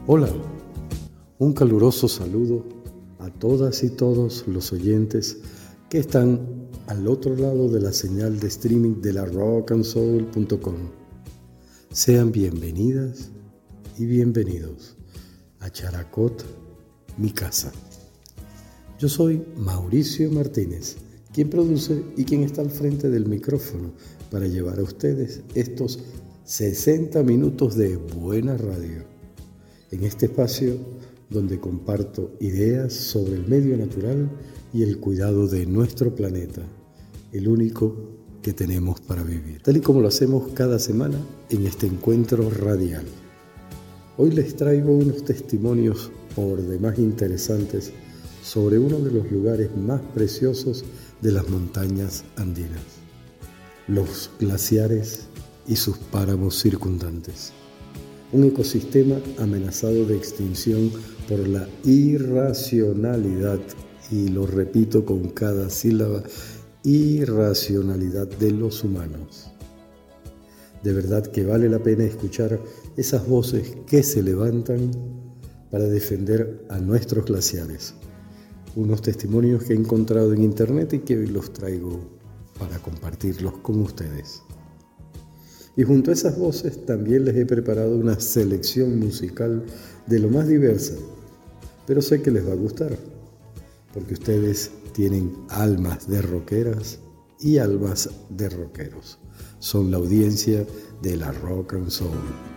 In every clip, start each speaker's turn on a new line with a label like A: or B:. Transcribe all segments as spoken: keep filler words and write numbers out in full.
A: Hola, un caluroso saludo a todas y todos los oyentes que están al otro lado de la señal de streaming de la rock and soul punto com. Sean bienvenidas y bienvenidos a Characot, mi casa. Yo soy Mauricio Martínez, quien produce y quien está al frente del micrófono para llevar a ustedes estos sesenta minutos de buena radio. En este espacio donde comparto ideas sobre el medio natural y el cuidado de nuestro planeta, el único que tenemos para vivir, tal y como lo hacemos cada semana en este encuentro radial. Hoy les traigo unos testimonios por demás interesantes sobre uno de los lugares más preciosos de las montañas andinas, los glaciares y sus páramos circundantes. Un ecosistema amenazado de extinción por la irracionalidad, y lo repito con cada sílaba, irracionalidad de los humanos. De verdad que vale la pena escuchar esas voces que se levantan para defender a nuestros glaciares. Unos testimonios que he encontrado en internet y que hoy los traigo para compartirlos con ustedes. Y junto a esas voces también les he preparado una selección musical de lo más diversa, pero sé que les va a gustar, porque ustedes tienen almas de rockeras y almas de rockeros. Son la audiencia de la Rock and Soul.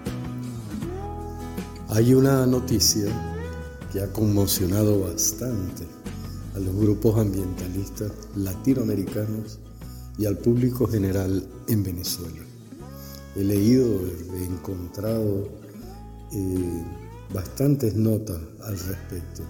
A: Hay una noticia que ha conmocionado bastante a los grupos ambientalistas latinoamericanos y al público general en Venezuela. He leído, he encontrado eh, bastantes notas al respecto,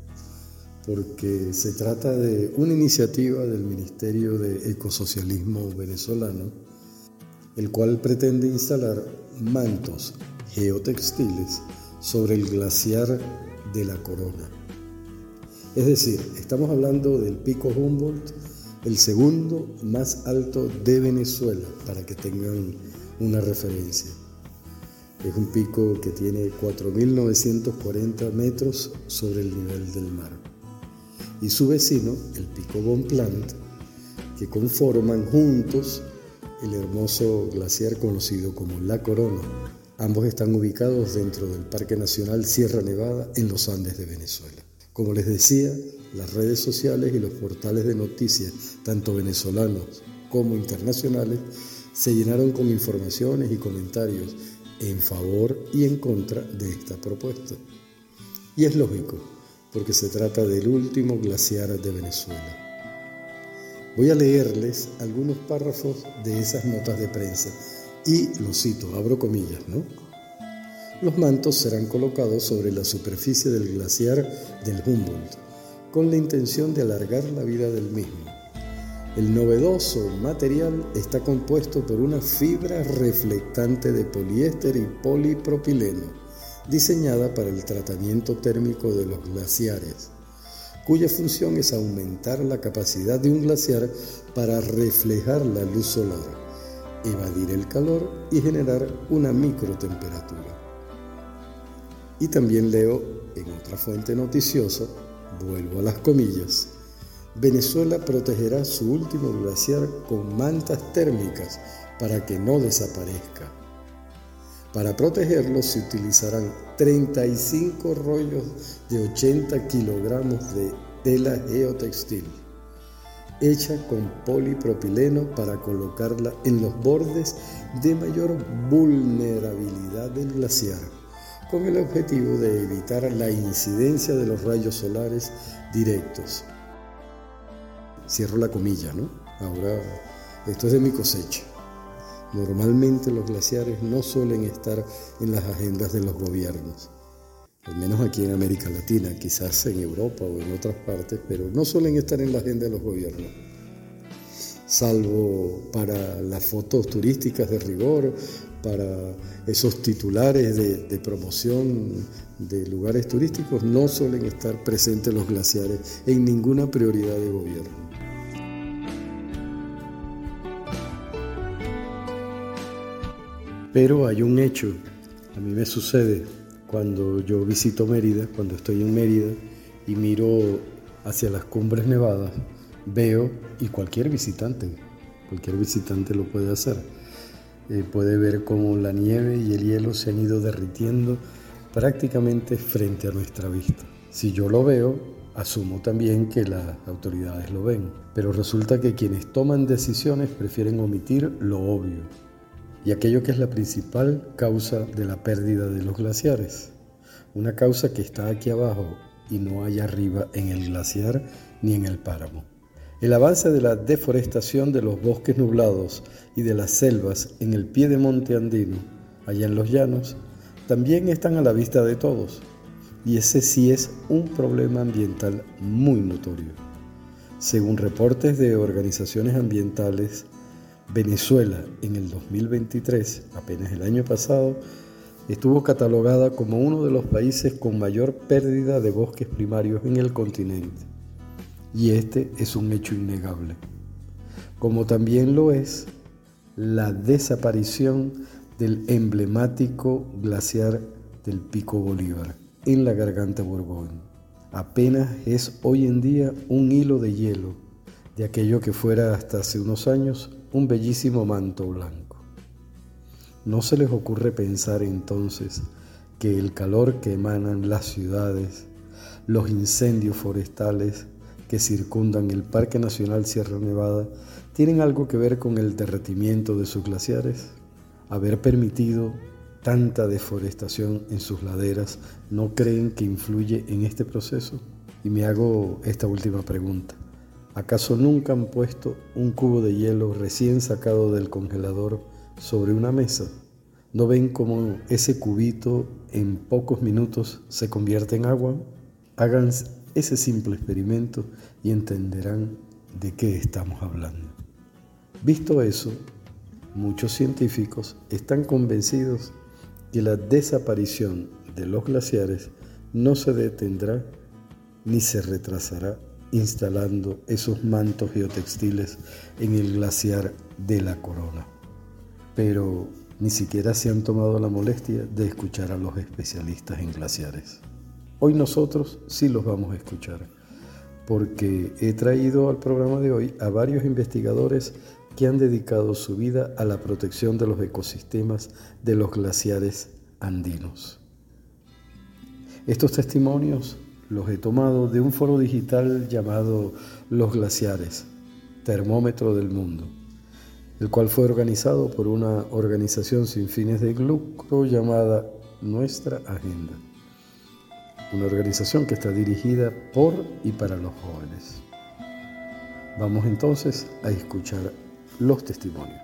A: porque se trata de una iniciativa del Ministerio de Ecosocialismo venezolano, el cual pretende instalar mantos geotextiles sobre el glaciar de la Corona. Es decir, estamos hablando del Pico Humboldt, el segundo más alto de Venezuela, para que tengan una referencia. Es un pico que tiene cuatro mil novecientos cuarenta metros sobre el nivel del mar. Y su vecino, el Pico Bonpland, que conforman juntos el hermoso glaciar conocido como La Corona. Ambos están ubicados dentro del Parque Nacional Sierra Nevada en los Andes de Venezuela. Como les decía, las redes sociales y los portales de noticias, tanto venezolanos como internacionales, se llenaron con informaciones y comentarios en favor y en contra de esta propuesta. Y es lógico, porque se trata del último glaciar de Venezuela. Voy a leerles algunos párrafos de esas notas de prensa y lo cito, abro comillas, ¿no? Los mantos serán colocados sobre la superficie del glaciar del Humboldt, con la intención de alargar la vida del mismo. El novedoso material está compuesto por una fibra reflectante de poliéster y polipropileno, diseñada para el tratamiento térmico de los glaciares, cuya función es aumentar la capacidad de un glaciar para reflejar la luz solar, evadir el calor y generar una microtemperatura. Y también leo en otra fuente noticiosa, vuelvo a las comillas, Venezuela protegerá su último glaciar con mantas térmicas para que no desaparezca. Para protegerlo se utilizarán treinta y cinco rollos de ochenta kilogramos de tela geotextil, hecha con polipropileno para colocarla en los bordes de mayor vulnerabilidad del glaciar, con el objetivo de evitar la incidencia de los rayos solares directos. Cierro la comilla, ¿no? Ahora, esto es de mi cosecha. Normalmente los glaciares no suelen estar en las agendas de los gobiernos, al menos aquí en América Latina, quizás en Europa o en otras partes, pero no suelen estar en la agenda de los gobiernos, salvo para las fotos turísticas de rigor, para esos titulares de, de promoción de lugares turísticos, no suelen estar presentes los glaciares en ninguna prioridad de gobierno. Pero hay un hecho, a mí me sucede cuando yo visito Mérida, cuando estoy en Mérida y miro hacia las cumbres nevadas, veo, y cualquier visitante, cualquier visitante lo puede hacer, eh, puede ver cómo la nieve y el hielo se han ido derritiendo prácticamente frente a nuestra vista. Si yo lo veo, asumo también que las autoridades lo ven, pero resulta que quienes toman decisiones prefieren omitir lo obvio y aquello que es la principal causa de la pérdida de los glaciares, una causa que está aquí abajo y no hay arriba en el glaciar ni en el páramo. El avance de la deforestación de los bosques nublados y de las selvas en el pie de monte andino, allá en los llanos, también están a la vista de todos, y ese sí es un problema ambiental muy notorio. Según reportes de organizaciones ambientales, Venezuela en el dos mil veintitrés, apenas el año pasado, estuvo catalogada como uno de los países con mayor pérdida de bosques primarios en el continente. Y este es un hecho innegable. Como también lo es la desaparición del emblemático glaciar del Pico Bolívar en la Garganta Borgoña. Apenas es hoy en día un hilo de hielo de aquello que fuera hasta hace unos años un bellísimo manto blanco. ¿No se les ocurre pensar entonces que el calor que emanan las ciudades, los incendios forestales que circundan el Parque Nacional Sierra Nevada tienen algo que ver con el derretimiento de sus glaciares? Haber permitido tanta deforestación en sus laderas, ¿no creen que influye en este proceso? Y me hago esta última pregunta. ¿Acaso nunca han puesto un cubo de hielo recién sacado del congelador sobre una mesa? ¿No ven cómo ese cubito en pocos minutos se convierte en agua? Hagan ese simple experimento y entenderán de qué estamos hablando. Visto eso, muchos científicos están convencidos que la desaparición de los glaciares no se detendrá ni se retrasará instalando esos mantos geotextiles en el glaciar de la Corona. Pero ni siquiera se han tomado la molestia de escuchar a los especialistas en glaciares. Hoy nosotros sí los vamos a escuchar, porque he traído al programa de hoy a varios investigadores que han dedicado su vida a la protección de los ecosistemas de los glaciares andinos. Estos testimonios los he tomado de un foro digital llamado Los Glaciares, Termómetro del Mundo, el cual fue organizado por una organización sin fines de lucro llamada Nuestra Agenda, una organización que está dirigida por y para los jóvenes. Vamos entonces a escuchar los testimonios.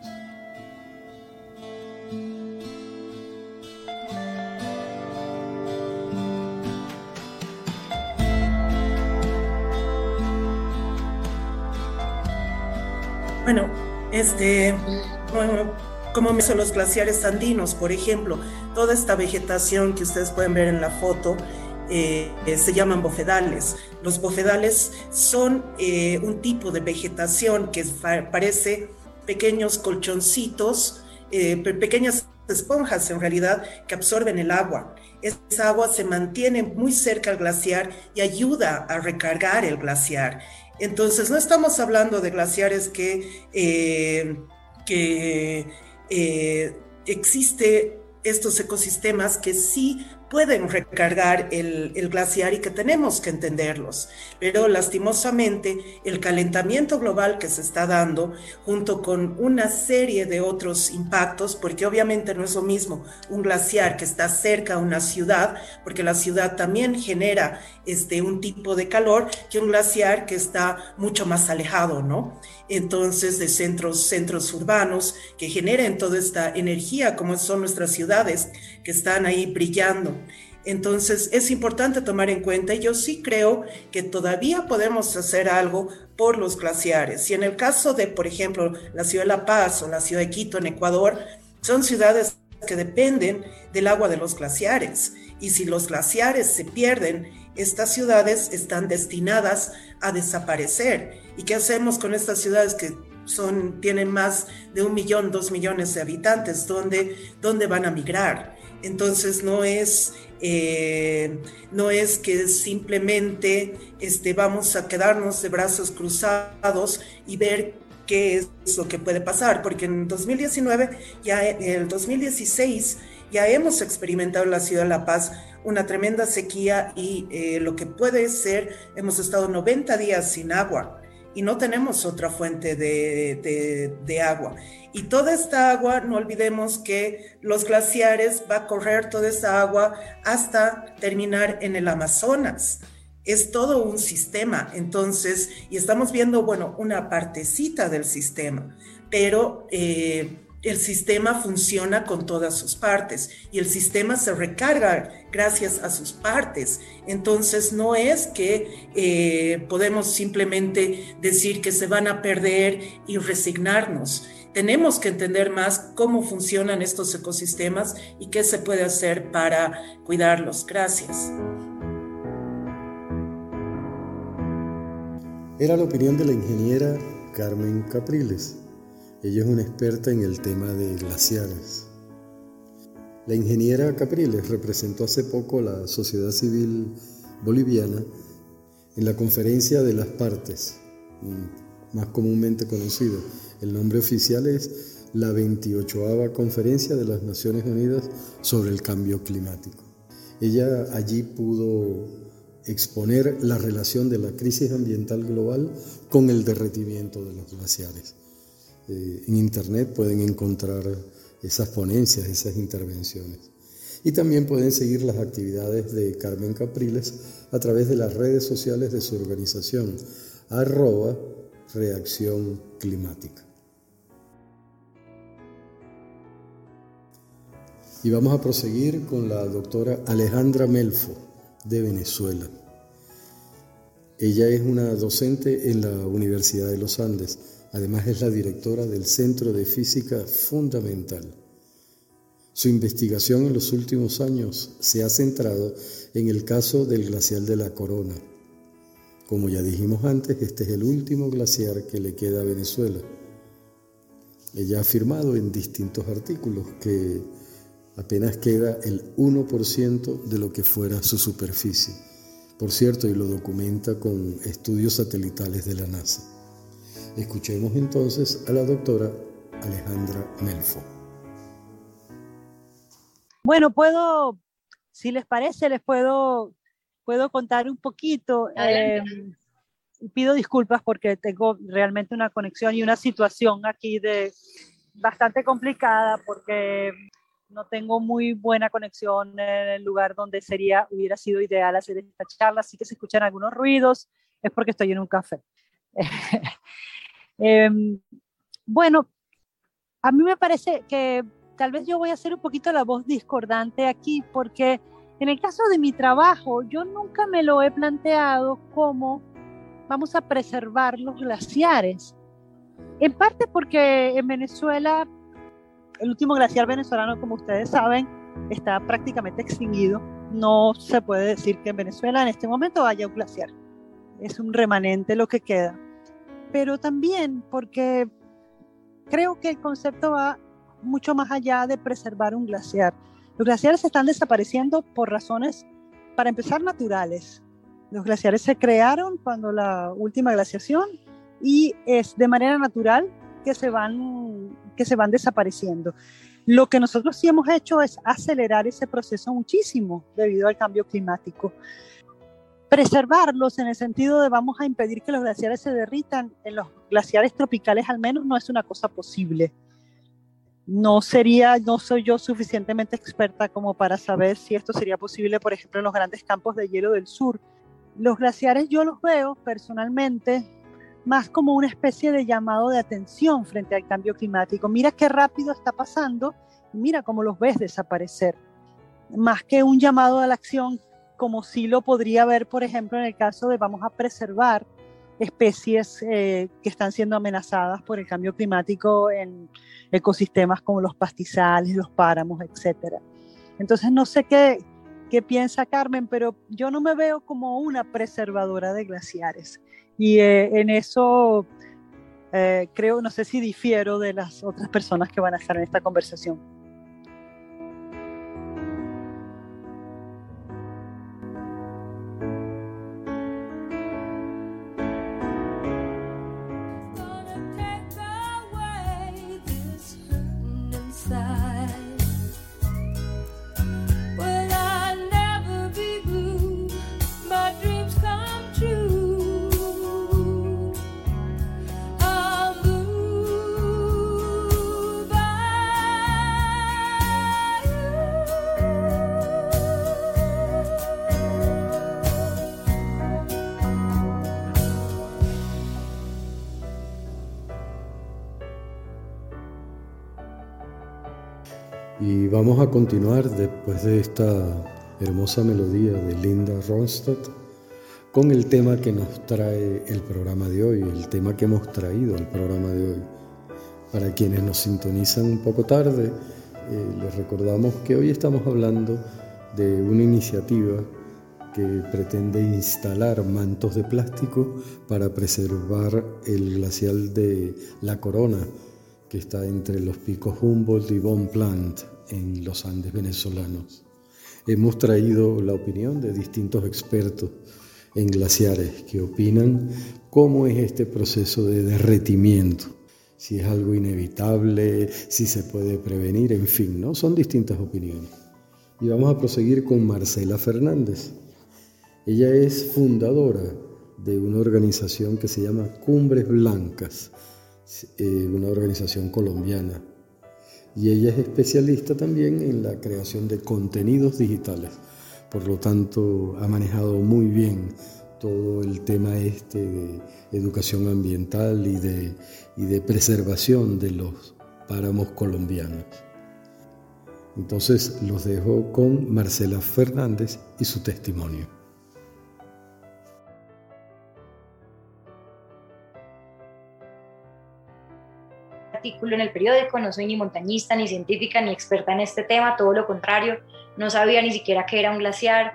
B: Bueno, este, como son los glaciares andinos, por ejemplo, toda esta vegetación que ustedes pueden ver en la foto eh, eh, se llaman bofedales. Los bofedales son eh, un tipo de vegetación que parece pequeños colchoncitos, eh, pequeñas esponjas en realidad que absorben el agua. Esa agua se mantiene muy cerca al glaciar y ayuda a recargar el glaciar. Entonces, no estamos hablando de glaciares que, eh, que eh, existe estos ecosistemas que sí pueden recargar el, el glaciar y que tenemos que entenderlos. Pero lastimosamente el calentamiento global que se está dando junto con una serie de otros impactos, porque obviamente no es lo mismo un glaciar que está cerca a una ciudad, porque la ciudad también genera este, un tipo de calor, que un glaciar que está mucho más alejado, ¿no? Entonces, de centros, centros urbanos que generen toda esta energía, como son nuestras ciudades, que están ahí brillando. Entonces, es importante tomar en cuenta, y yo sí creo que todavía podemos hacer algo por los glaciares. Y en el caso de, por ejemplo, la ciudad de La Paz o la ciudad de Quito en Ecuador, son ciudades que dependen del agua de los glaciares. Y si los glaciares se pierden, estas ciudades están destinadas a desaparecer. ¿Y qué hacemos con estas ciudades que son, tienen más de un millón, dos millones de habitantes, ¿dónde, dónde van a migrar? Entonces no es, eh, no es que simplemente este, vamos a quedarnos de brazos cruzados y ver qué es lo que puede pasar, porque en dos mil diecinueve, ya en el dos mil dieciséis, ya hemos experimentado en la ciudad de La Paz una tremenda sequía y eh, lo que puede ser, hemos estado noventa días sin agua y no tenemos otra fuente de, de, de agua. Y toda esta agua, no olvidemos que los glaciares, va a correr toda esta agua hasta terminar en el Amazonas. Es todo un sistema, entonces, y estamos viendo, bueno, una partecita del sistema, pero eh, el sistema funciona con todas sus partes y el sistema se recarga gracias a sus partes. Entonces no es que eh, podemos simplemente decir que se van a perder y resignarnos. Tenemos que entender más cómo funcionan estos ecosistemas y qué se puede hacer para cuidarlos. Gracias.
A: Era la opinión de la ingeniera Carmen Capriles. Ella es una experta en el tema de glaciares. La ingeniera Capriles representó hace poco a la sociedad civil boliviana en la Conferencia de las Partes, más comúnmente conocida. El nombre oficial es la veintiochoava Conferencia de las Naciones Unidas sobre el Cambio Climático. Ella allí pudo exponer la relación de la crisis ambiental global con el derretimiento de los glaciares. Eh, en internet pueden encontrar esas ponencias, esas intervenciones. Y también pueden seguir las actividades de Carmen Capriles a través de las redes sociales de su organización, arroba Reacción Climática. Y vamos a proseguir con la doctora Alejandra Melfo, de Venezuela. Ella es una docente en la Universidad de los Andes. Además es la directora del Centro de Física Fundamental. Su investigación en los últimos años se ha centrado en el caso del glaciar de la Corona. Como ya dijimos antes, este es el último glaciar que le queda a Venezuela. Ella ha afirmado en distintos artículos que apenas queda el uno por ciento de lo que fuera su superficie. Por cierto, y lo documenta con estudios satelitales de la NASA. Escuchemos entonces a la doctora Alejandra Melfo.
C: Bueno, puedo, si les parece, les puedo, puedo contar un poquito. Eh, pido disculpas porque tengo realmente una conexión y una situación aquí de bastante complicada porque no tengo muy buena conexión en el lugar donde sería, hubiera sido ideal hacer esta charla, así que si escuchan algunos ruidos es porque estoy en un café. Eh, bueno, a mí me parece que tal vez yo voy a ser un poquito la voz discordante aquí, porque en el caso de mi trabajo, yo nunca me lo he planteado como vamos a preservar los glaciares. En parte porque en Venezuela, el último glaciar venezolano, como ustedes saben, está prácticamente extinguido. No se puede decir que en Venezuela en este momento haya un glaciar. Es un remanente lo que queda. Pero también porque creo que el concepto va mucho más allá de preservar un glaciar. Los glaciares están desapareciendo por razones, para empezar, naturales. Los glaciares se crearon cuando la última glaciación y es de manera natural que se van, que se van desapareciendo. Lo que nosotros sí hemos hecho es acelerar ese proceso muchísimo debido al cambio climático. Preservarlos en el sentido de vamos a impedir que los glaciares se derritan, en los glaciares tropicales al menos no es una cosa posible. No sería, no soy yo suficientemente experta como para saber si esto sería posible, por ejemplo, en los grandes campos de hielo del sur. Los glaciares yo los veo personalmente más como una especie de llamado de atención frente al cambio climático. Mira qué rápido está pasando, mira cómo los ves desaparecer. Más que un llamado a la acción, como sí lo podría ver, por ejemplo, en el caso de vamos a preservar especies eh, que están siendo amenazadas por el cambio climático en ecosistemas como los pastizales, los páramos, etcétera. Entonces no sé qué, qué piensa Carmen, pero yo no me veo como una preservadora de glaciares. Y eh, en eso eh, creo, no sé si difiero de las otras personas que van a estar en esta conversación.
A: Y vamos a continuar después de esta hermosa melodía de Linda Ronstadt con el tema que nos trae el programa de hoy, el tema que hemos traído al programa de hoy. Para quienes nos sintonizan un poco tarde, eh, les recordamos que hoy estamos hablando de una iniciativa que pretende instalar mantos de plástico para preservar el glacial de La Corona, que está entre los picos Humboldt y Bonpland en los Andes venezolanos. Hemos traído la opinión de distintos expertos en glaciares que opinan cómo es este proceso de derretimiento, si es algo inevitable, si se puede prevenir, en fin, ¿no? Son distintas opiniones. Y vamos a proseguir con Marcela Fernández. Ella es fundadora de una organización que se llama Cumbres Blancas, eh, una organización colombiana. Y ella es especialista también en la creación de contenidos digitales. Por lo tanto, ha manejado muy bien todo el tema este de educación ambiental y de, y de preservación de los páramos colombianos. Entonces, los dejo con Marcela Fernández y su testimonio.
D: Artículo en el periódico, no soy ni montañista, ni científica, ni experta en este tema, todo lo contrario, no sabía ni siquiera qué era un glaciar,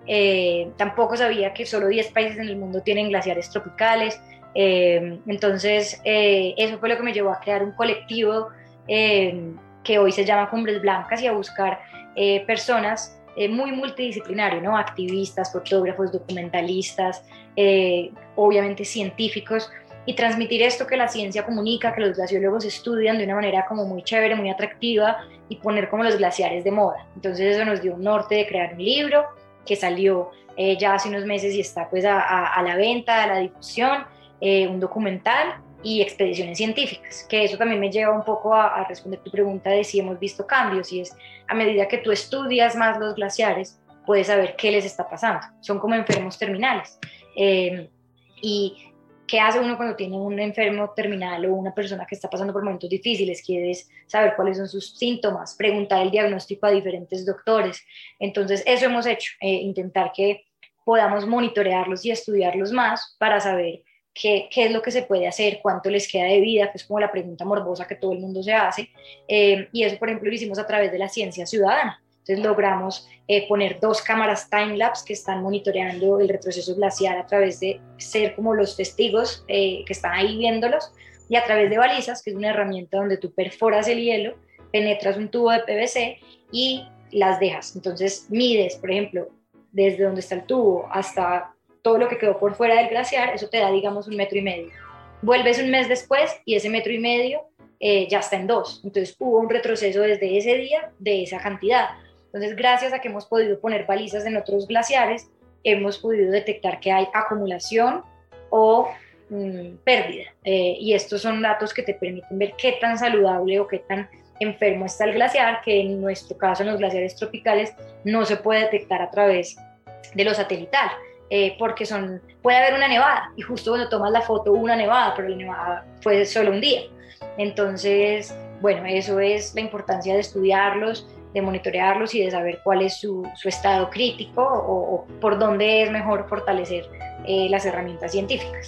D: eh, tampoco sabía que solo diez países en el mundo tienen glaciares tropicales, eh, entonces eh, eso fue lo que me llevó a crear un colectivo eh, que hoy se llama Cumbres Blancas y a buscar eh, personas eh, muy multidisciplinarios, ¿no? Activistas, fotógrafos, documentalistas, eh, obviamente científicos, y transmitir esto que la ciencia comunica, que los glaciólogos estudian de una manera como muy chévere, muy atractiva, y poner como los glaciares de moda. Entonces eso nos dio un norte de crear un libro que salió eh, ya hace unos meses y está pues a, a, a la venta, a la difusión, eh, un documental y expediciones científicas, que eso también me lleva un poco a, a responder tu pregunta de si hemos visto cambios, y es a medida que tú estudias más los glaciares, puedes saber qué les está pasando. Son como enfermos terminales. Eh, y ¿qué hace uno cuando tiene un enfermo terminal o una persona que está pasando por momentos difíciles? Quieres saber cuáles son sus síntomas, preguntar el diagnóstico a diferentes doctores. Entonces eso hemos hecho, eh, intentar que podamos monitorearlos y estudiarlos más para saber qué, qué es lo que se puede hacer, cuánto les queda de vida, que es como la pregunta morbosa que todo el mundo se hace. Eh, y eso, por ejemplo, lo hicimos a través de la ciencia ciudadana. Entonces logramos eh, poner dos cámaras time-lapse que están monitoreando el retroceso glacial a través de ser como los testigos eh, que están ahí viéndolos, y a través de balizas, que es una herramienta donde tú perforas el hielo, penetras un tubo de P V C y las dejas. Entonces mides, por ejemplo, desde donde está el tubo hasta todo lo que quedó por fuera del glaciar, eso te da, digamos, un metro y medio. Vuelves un mes después y ese metro y medio eh, ya está en dos. Entonces hubo un retroceso desde ese día de esa cantidad. Entonces, gracias a que hemos podido poner balizas en otros glaciares, hemos podido detectar que hay acumulación o mmm, pérdida. Eh, y estos son datos que te permiten ver qué tan saludable o qué tan enfermo está el glaciar, que en nuestro caso, en los glaciares tropicales, no se puede detectar a través de lo satelital, eh, porque son, puede haber una nevada, y justo cuando tomas la foto hubo una nevada, pero la nevada fue solo un día. Entonces, bueno, eso es la importancia de estudiarlos, de monitorearlos y de saber cuál es su, su estado crítico o, o por dónde es mejor fortalecer eh, las herramientas científicas.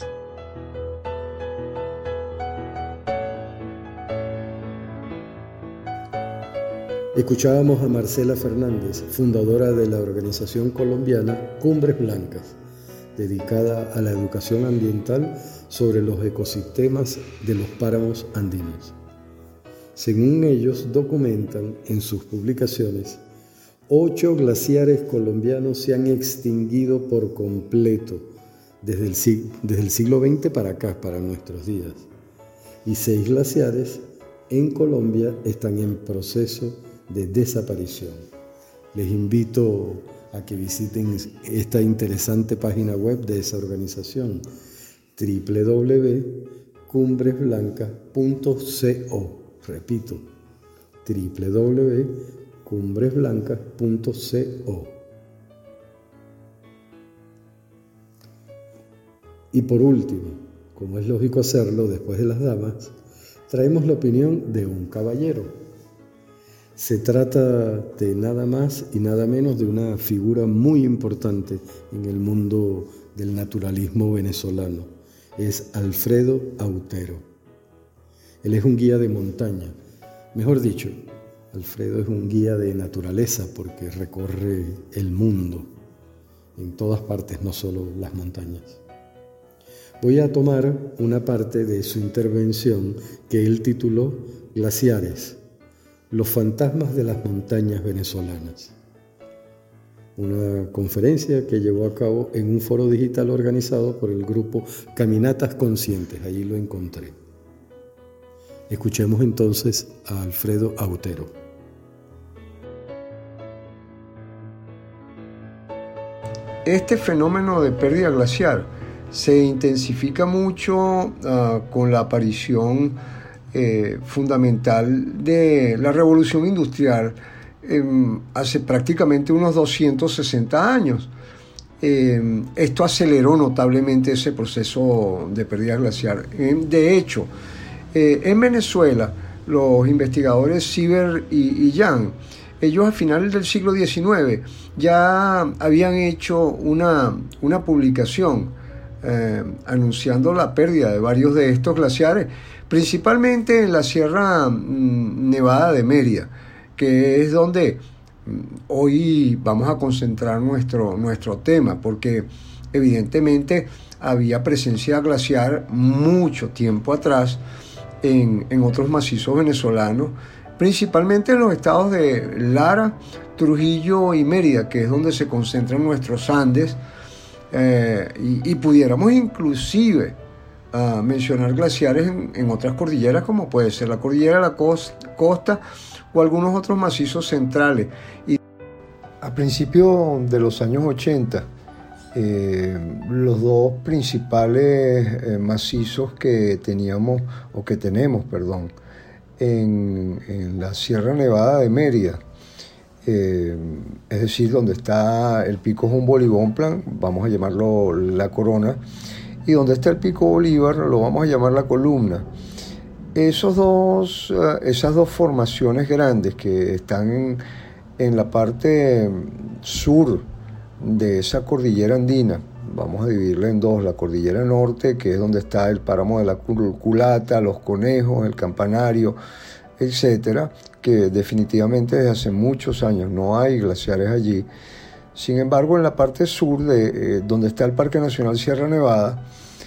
A: Escuchábamos a Marcela Fernández, fundadora de la organización colombiana Cumbres Blancas, dedicada a la educación ambiental sobre los ecosistemas de los páramos andinos. Según ellos documentan en sus publicaciones, ocho glaciares colombianos se han extinguido por completo desde el, sig- desde el siglo veinte para acá, para nuestros días, y seis glaciares en Colombia están en proceso de desaparición. Les invito a que visiten esta interesante página web de esa organización, doble u doble u doble u punto cumbres blancas punto co. Repito, doble u doble u doble u punto cumbres blancas punto co. Y por último, como es lógico hacerlo después de las damas, traemos la opinión de un caballero. Se trata de nada más y nada menos de una figura muy importante en el mundo del naturalismo venezolano. Es Alfredo Autero. Él es un guía de montaña. Mejor dicho, Alfredo es un guía de naturaleza porque recorre el mundo en todas partes, no solo las montañas. Voy a tomar una parte de su intervención que él tituló Glaciares, los fantasmas de las montañas venezolanas. Una conferencia que llevó a cabo en un foro digital organizado por el grupo Caminatas Conscientes. Allí lo encontré. Escuchemos entonces a Alfredo Autero.
E: Este fenómeno de pérdida glaciar se intensifica mucho uh, con la aparición eh, fundamental de la revolución industrial eh, hace prácticamente unos doscientos sesenta años. Eh, esto aceleró notablemente ese proceso de pérdida glaciar. Eh, de hecho, eh, en Venezuela, los investigadores Sieber y, y Yang, ellos a finales del siglo diecinueve ya habían hecho una, una publicación Eh, anunciando la pérdida de varios de estos glaciares, principalmente en la Sierra mm, Nevada de Mérida, que es donde mm, hoy vamos a concentrar nuestro, nuestro tema, porque evidentemente había presencia glaciar mucho tiempo atrás en, en otros macizos venezolanos, principalmente en los estados de Lara, Trujillo y Mérida, que es donde se concentran nuestros Andes. Eh, y, y pudiéramos inclusive uh, mencionar glaciares en, en otras cordilleras, como puede ser la cordillera de la costa, costa o algunos otros macizos centrales. Y a principios de los años ochenta, eh, los dos principales eh, macizos que teníamos, o que tenemos, perdón, en, en la Sierra Nevada de Mérida, Eh, es decir, donde está el pico Humboldt y Bonpland, vamos a llamarlo la Corona, y donde está el pico Bolívar, lo vamos a llamar la Columna. Esos dos, uh, esas dos formaciones grandes que están en, en la parte sur de esa cordillera andina, vamos a dividirla en dos: la cordillera norte, que es donde está el páramo de la Culata, los Conejos, el Campanario, etcétera, que definitivamente desde hace muchos años no hay glaciares allí. Sin embargo, en la parte sur, de eh, donde está el Parque Nacional Sierra Nevada,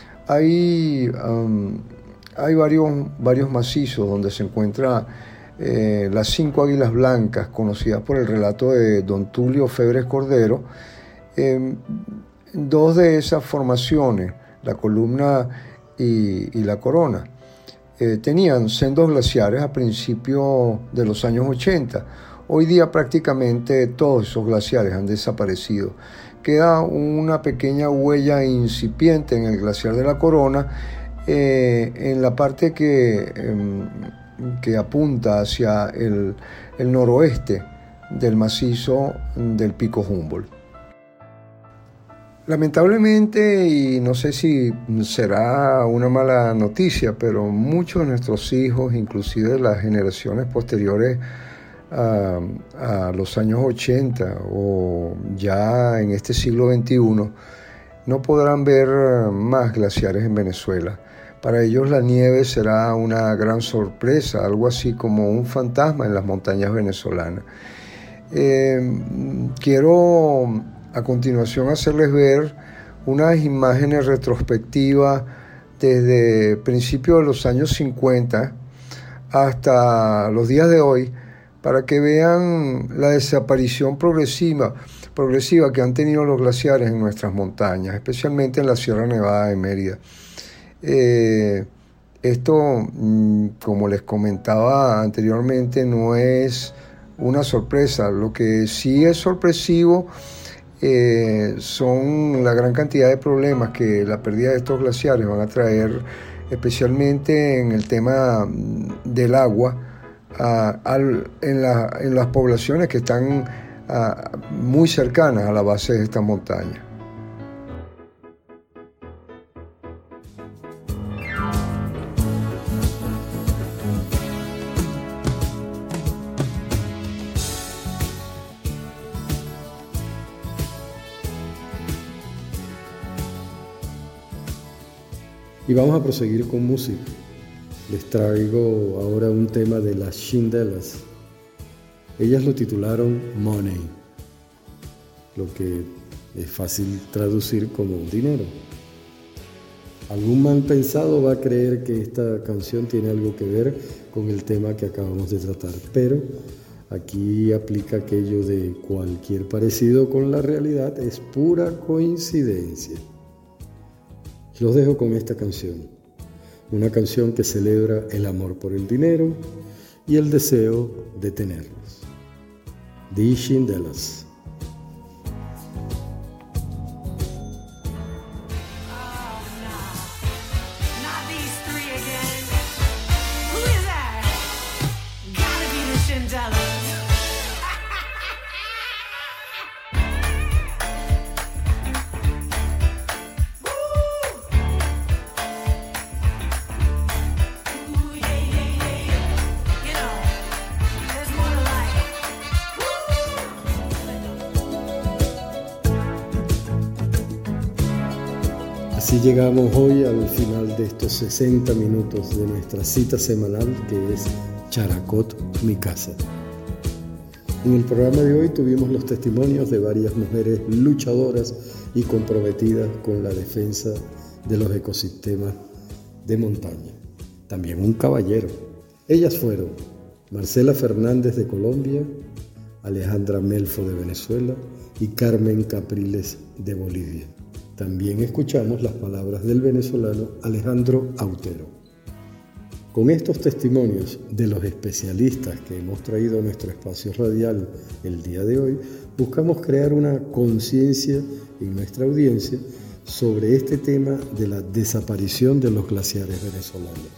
E: hay, um, hay varios, varios macizos donde se encuentra eh, las cinco águilas blancas, conocidas por el relato de don Tulio Febres Cordero. Eh, dos de esas formaciones, la Columna y, y la Corona, Eh, tenían sendos glaciares a principios de los años ochenta. Hoy día prácticamente todos esos glaciares han desaparecido. Queda una pequeña huella incipiente en el glaciar de la Corona, eh, en la parte que, eh, que apunta hacia el, el noroeste del macizo del pico Humboldt. Lamentablemente, y no sé si será una mala noticia, pero muchos de nuestros hijos, inclusive de las generaciones posteriores a, a los años ochenta o ya en este siglo veintiuno, no podrán ver más glaciares en Venezuela. Para ellos la nieve será una gran sorpresa, algo así como un fantasma en las montañas venezolanas. Eh, quiero a continuación hacerles ver unas imágenes retrospectivas desde principios de los años cincuenta hasta los días de hoy, para que vean la desaparición progresiva, progresiva que han tenido los glaciares en nuestras montañas, especialmente en la Sierra Nevada de Mérida. Eh, esto, como les comentaba anteriormente, no es una sorpresa. Lo que sí es sorpresivo eh, son la gran cantidad de problemas que la pérdida de estos glaciares van a traer, especialmente en el tema del agua, a, a, en, la, en las poblaciones que están a, muy cercanas a la base de esta montaña.
A: Y vamos a proseguir con música. Les traigo ahora un tema de las Shindellas. Ellas lo titularon Money, lo que es fácil traducir como dinero. Algún mal pensado va a creer que esta canción tiene algo que ver con el tema que acabamos de tratar, pero aquí aplica aquello de cualquier parecido con la realidad es pura coincidencia. Los dejo con esta canción, una canción que celebra el amor por el dinero y el deseo de tenerlos. The Shindellas. Así llegamos hoy al final de estos sesenta minutos de nuestra cita semanal, que es Characot, mi casa. En el programa de hoy tuvimos los testimonios de varias mujeres luchadoras y comprometidas con la defensa de los ecosistemas de montaña. También un caballero. Ellas fueron Marcela Fernández de Colombia, Alejandra Melfo de Venezuela y Carmen Capriles de Bolivia. También escuchamos las palabras del venezolano Alejandro Autero. Con estos testimonios de los especialistas que hemos traído a nuestro espacio radial el día de hoy, buscamos crear una conciencia en nuestra audiencia sobre este tema de la desaparición de los glaciares venezolanos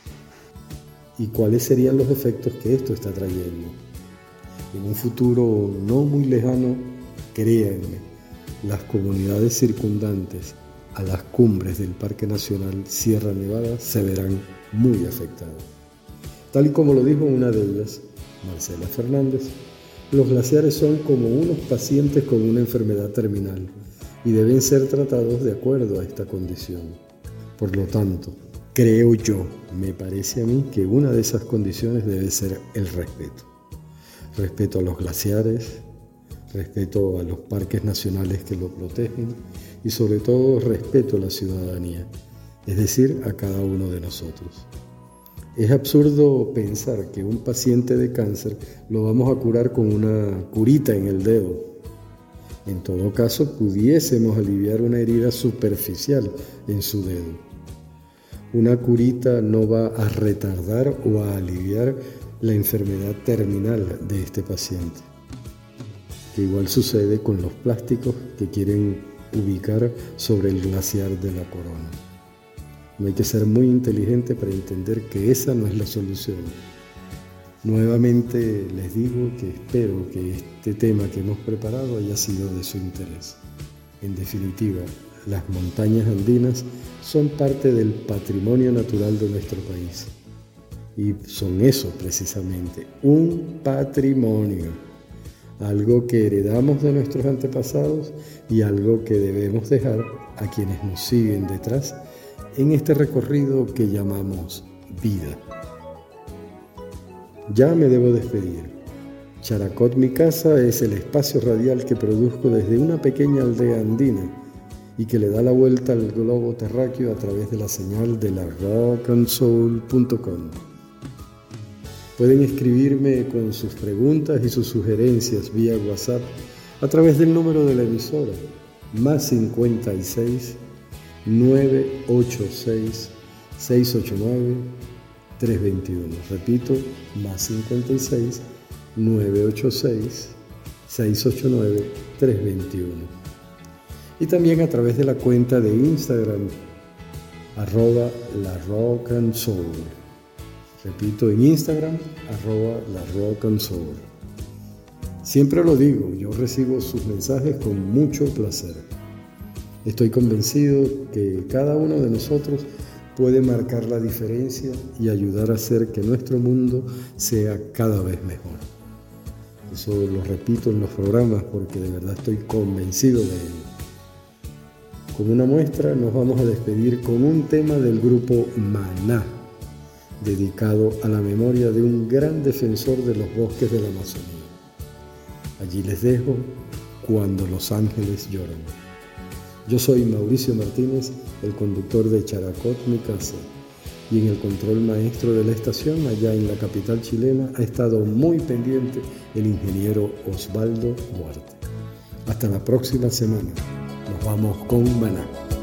A: y cuáles serían los efectos que esto está trayendo. En un futuro no muy lejano, créanme, las comunidades circundantes a las cumbres del Parque Nacional Sierra Nevada se verán muy afectadas. Tal y como lo dijo una de ellas, Marcela Fernández, los glaciares son como unos pacientes con una enfermedad terminal y deben ser tratados de acuerdo a esta condición. Por lo tanto, creo yo, me parece a mí que una de esas condiciones debe ser el respeto. Respeto a los glaciares, respeto a los parques nacionales que lo protegen y sobre todo respeto a la ciudadanía, es decir, a cada uno de nosotros. Es absurdo pensar que un paciente de cáncer lo vamos a curar con una curita en el dedo. En todo caso, pudiésemos aliviar una herida superficial en su dedo. Una curita no va a retardar o a aliviar la enfermedad terminal de este paciente. Que igual sucede con los plásticos que quieren ubicar sobre el glaciar de la Corona. No hay que ser muy inteligente para entender que esa no es la solución. Nuevamente les digo que espero que este tema que hemos preparado haya sido de su interés. En definitiva, las montañas andinas son parte del patrimonio natural de nuestro país. Y son eso precisamente, un patrimonio. Algo que heredamos de nuestros antepasados y algo que debemos dejar a quienes nos siguen detrás en este recorrido que llamamos vida. Ya me debo despedir. Characot, mi casa, es el espacio radial que produzco desde una pequeña aldea andina y que le da la vuelta al globo terráqueo a través de la señal de la rock and soul punto com. Pueden escribirme con sus preguntas y sus sugerencias vía WhatsApp a través del número de la emisora, más cincuenta y seis, nueve ocho seis, seis ocho nueve, tres dos uno. Repito, más cincuenta y seis, nueve ocho seis, seis ocho nueve, tres dos uno. Y también a través de la cuenta de Instagram, arroba la rock and soul. Repito, en Instagram, arroba la rock and soul. Siempre lo digo, yo recibo sus mensajes con mucho placer. Estoy convencido que cada uno de nosotros puede marcar la diferencia y ayudar a hacer que nuestro mundo sea cada vez mejor. Eso lo repito en los programas porque de verdad estoy convencido de ello. Como una muestra, nos vamos a despedir con un tema del grupo Maná, dedicado a la memoria de un gran defensor de los bosques de la Amazonía. Allí les dejo Cuando los ángeles lloran. Yo soy Mauricio Martínez, el conductor de Characot, mi casa, y en el control maestro de la estación, allá en la capital chilena, ha estado muy pendiente el ingeniero Osvaldo Duarte. Hasta la próxima semana. Nos vamos con Maná.